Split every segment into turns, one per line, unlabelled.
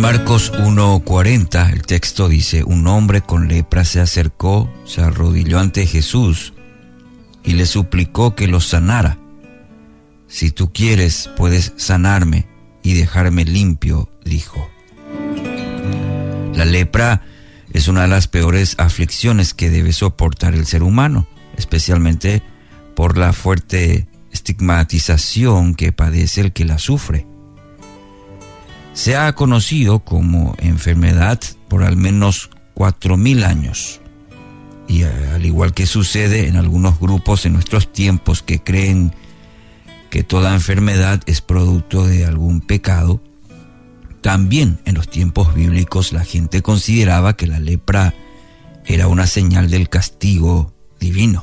Marcos 1:40, el texto dice: un hombre con lepra se acercó, se arrodilló ante Jesús y le suplicó que lo sanara. Si tú quieres, puedes sanarme y dejarme limpio, dijo. La lepra es una de las peores aflicciones que debe soportar el ser humano, especialmente por la fuerte estigmatización que padece el que la sufre. Se ha conocido como enfermedad por al menos 4.000 años. Y al igual que sucede en algunos grupos en nuestros tiempos que creen que toda enfermedad es producto de algún pecado, también en los tiempos bíblicos la gente consideraba que la lepra era una señal del castigo divino.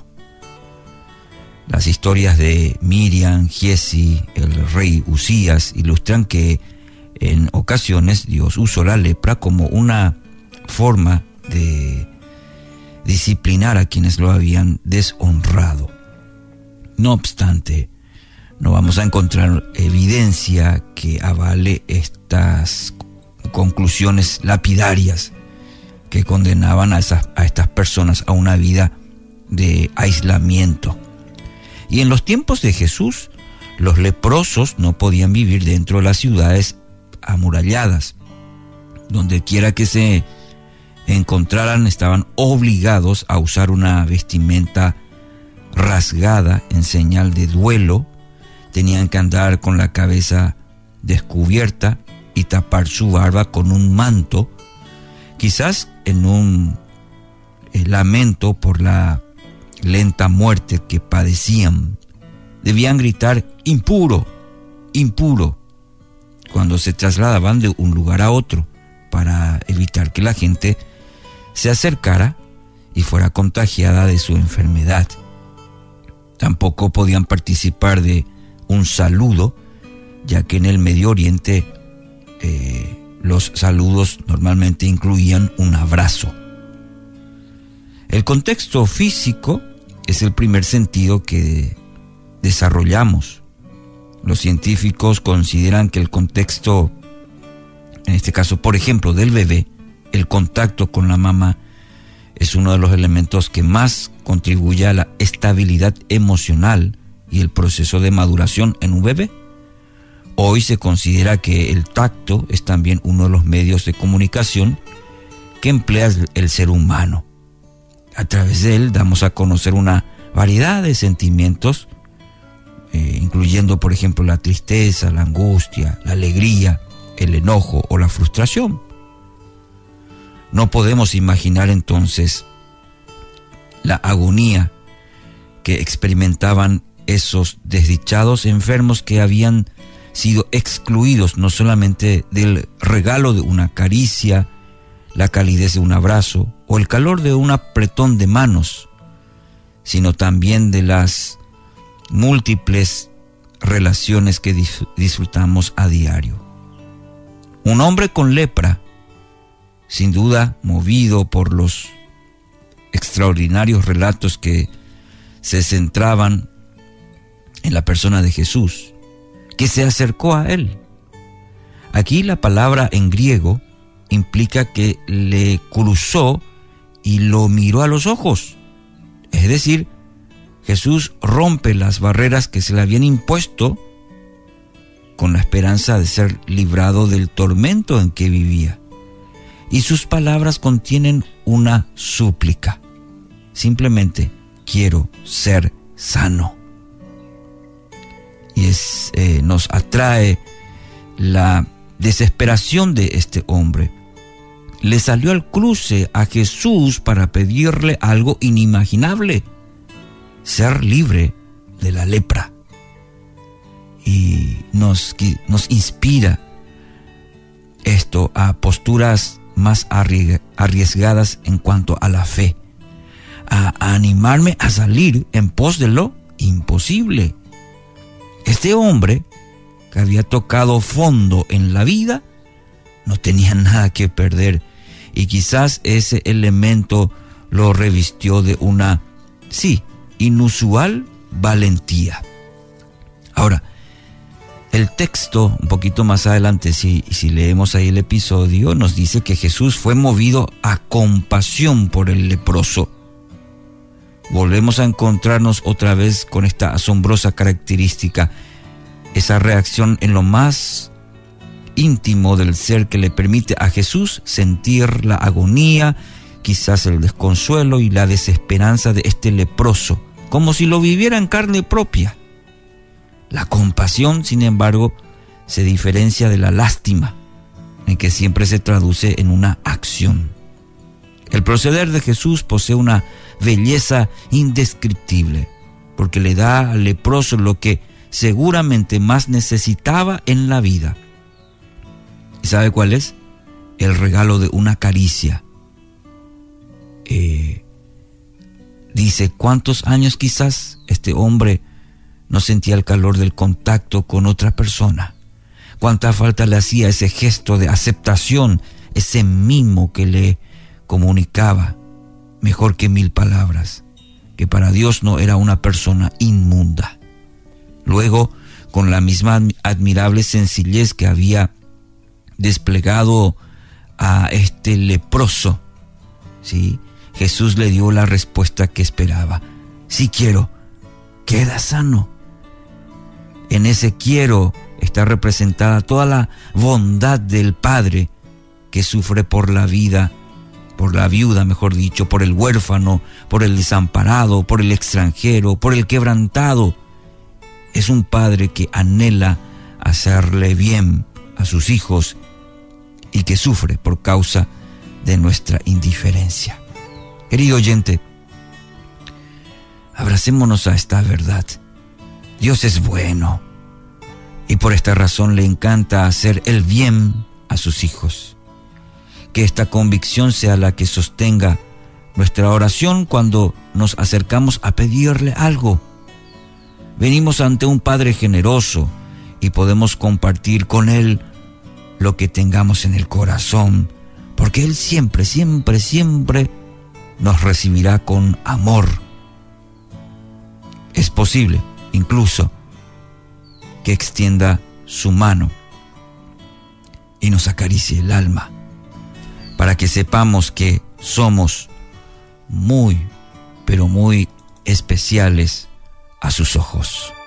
Las historias de Miriam, Giezi, el rey Usías ilustran que en ocasiones Dios usó la lepra como una forma de disciplinar a quienes lo habían deshonrado. No obstante, no vamos a encontrar evidencia que avale estas conclusiones lapidarias que condenaban a estas personas a una vida de aislamiento. Y en los tiempos de Jesús, los leprosos no podían vivir dentro de las ciudades amuralladas. Donde quiera que se encontraran, estaban obligados a usar una vestimenta rasgada en señal de duelo. Tenían que andar con la cabeza descubierta y tapar su barba con un manto, quizás en un lamento por la lenta muerte que padecían. Debían gritar: impuro, impuro, cuando se trasladaban de un lugar a otro, para evitar que la gente se acercara y fuera contagiada de su enfermedad. Tampoco podían participar de un saludo, ya que en el Medio Oriente los saludos normalmente incluían un abrazo. El contexto físico es el primer sentido que desarrollamos. Los científicos consideran que el contexto, en este caso, por ejemplo, del bebé, el contacto con la mamá, es uno de los elementos que más contribuye a la estabilidad emocional y el proceso de maduración en un bebé. Hoy se considera que el tacto es también uno de los medios de comunicación que emplea el ser humano. A través de él damos a conocer una variedad de sentimientos, incluyendo, por ejemplo, la tristeza, la angustia, la alegría, el enojo o la frustración. No podemos imaginar entonces la agonía que experimentaban esos desdichados enfermos que habían sido excluidos no solamente del regalo de una caricia, la calidez de un abrazo o el calor de un apretón de manos, sino también de las múltiples relaciones que disfrutamos a diario. Un hombre con lepra, sin duda movido por los extraordinarios relatos que se centraban en la persona de Jesús, que se acercó a él. Aquí la palabra en griego implica que le cruzó y lo miró a los ojos. Es decir, Jesús rompe las barreras que se le habían impuesto con la esperanza de ser librado del tormento en que vivía. Y sus palabras contienen una súplica. Simplemente: quiero ser sano. Y nos atrae la desesperación de este hombre. Le salió al cruce a Jesús para pedirle algo inimaginable: ser libre de la lepra. Y nos inspira esto a posturas más arriesgadas en cuanto a la fe, a animarme a salir en pos de lo imposible. Este hombre, que había tocado fondo en la vida, no tenía nada que perder, y quizás ese elemento lo revistió de una, inusual valentía. Ahora, El texto, un poquito más adelante, si leemos ahí el episodio, nos dice que Jesús fue movido a compasión por el leproso. Volvemos a encontrarnos otra vez con esta asombrosa característica, esa reacción en lo más íntimo del ser que le permite a Jesús sentir la agonía, quizás el desconsuelo y la desesperanza de este leproso, como si lo viviera en carne propia. La compasión, sin embargo, se diferencia de la lástima, en que siempre se traduce en una acción. El proceder de Jesús posee una belleza indescriptible, porque le da al leproso lo que seguramente más necesitaba en la vida. ¿Y sabe cuál es? El regalo de una caricia. Dice, ¿cuántos años quizás este hombre no sentía el calor del contacto con otra persona? ¿Cuánta falta le hacía ese gesto de aceptación, ese mimo que le comunicaba, mejor que 1000 palabras, que para Dios no era una persona inmunda? Luego, con la misma admirable sencillez que había desplegado a este leproso, ¿sí?, Jesús le dio la respuesta que esperaba. Sí quiero, queda sano. En ese quiero está representada toda la bondad del Padre que sufre por la vida, por la viuda, mejor dicho, por el huérfano, por el desamparado, por el extranjero, por el quebrantado. Es un Padre que anhela hacerle bien a sus hijos y que sufre por causa de nuestra indiferencia. Querido oyente, abracémonos a esta verdad. Dios es bueno y por esta razón le encanta hacer el bien a sus hijos. Que esta convicción sea la que sostenga nuestra oración cuando nos acercamos a pedirle algo. Venimos ante un Padre generoso y podemos compartir con Él lo que tengamos en el corazón, porque Él siempre, siempre, siempre nos recibirá con amor. Es posible, incluso, que extienda su mano y nos acaricie el alma, para que sepamos que somos muy, pero muy especiales a sus ojos.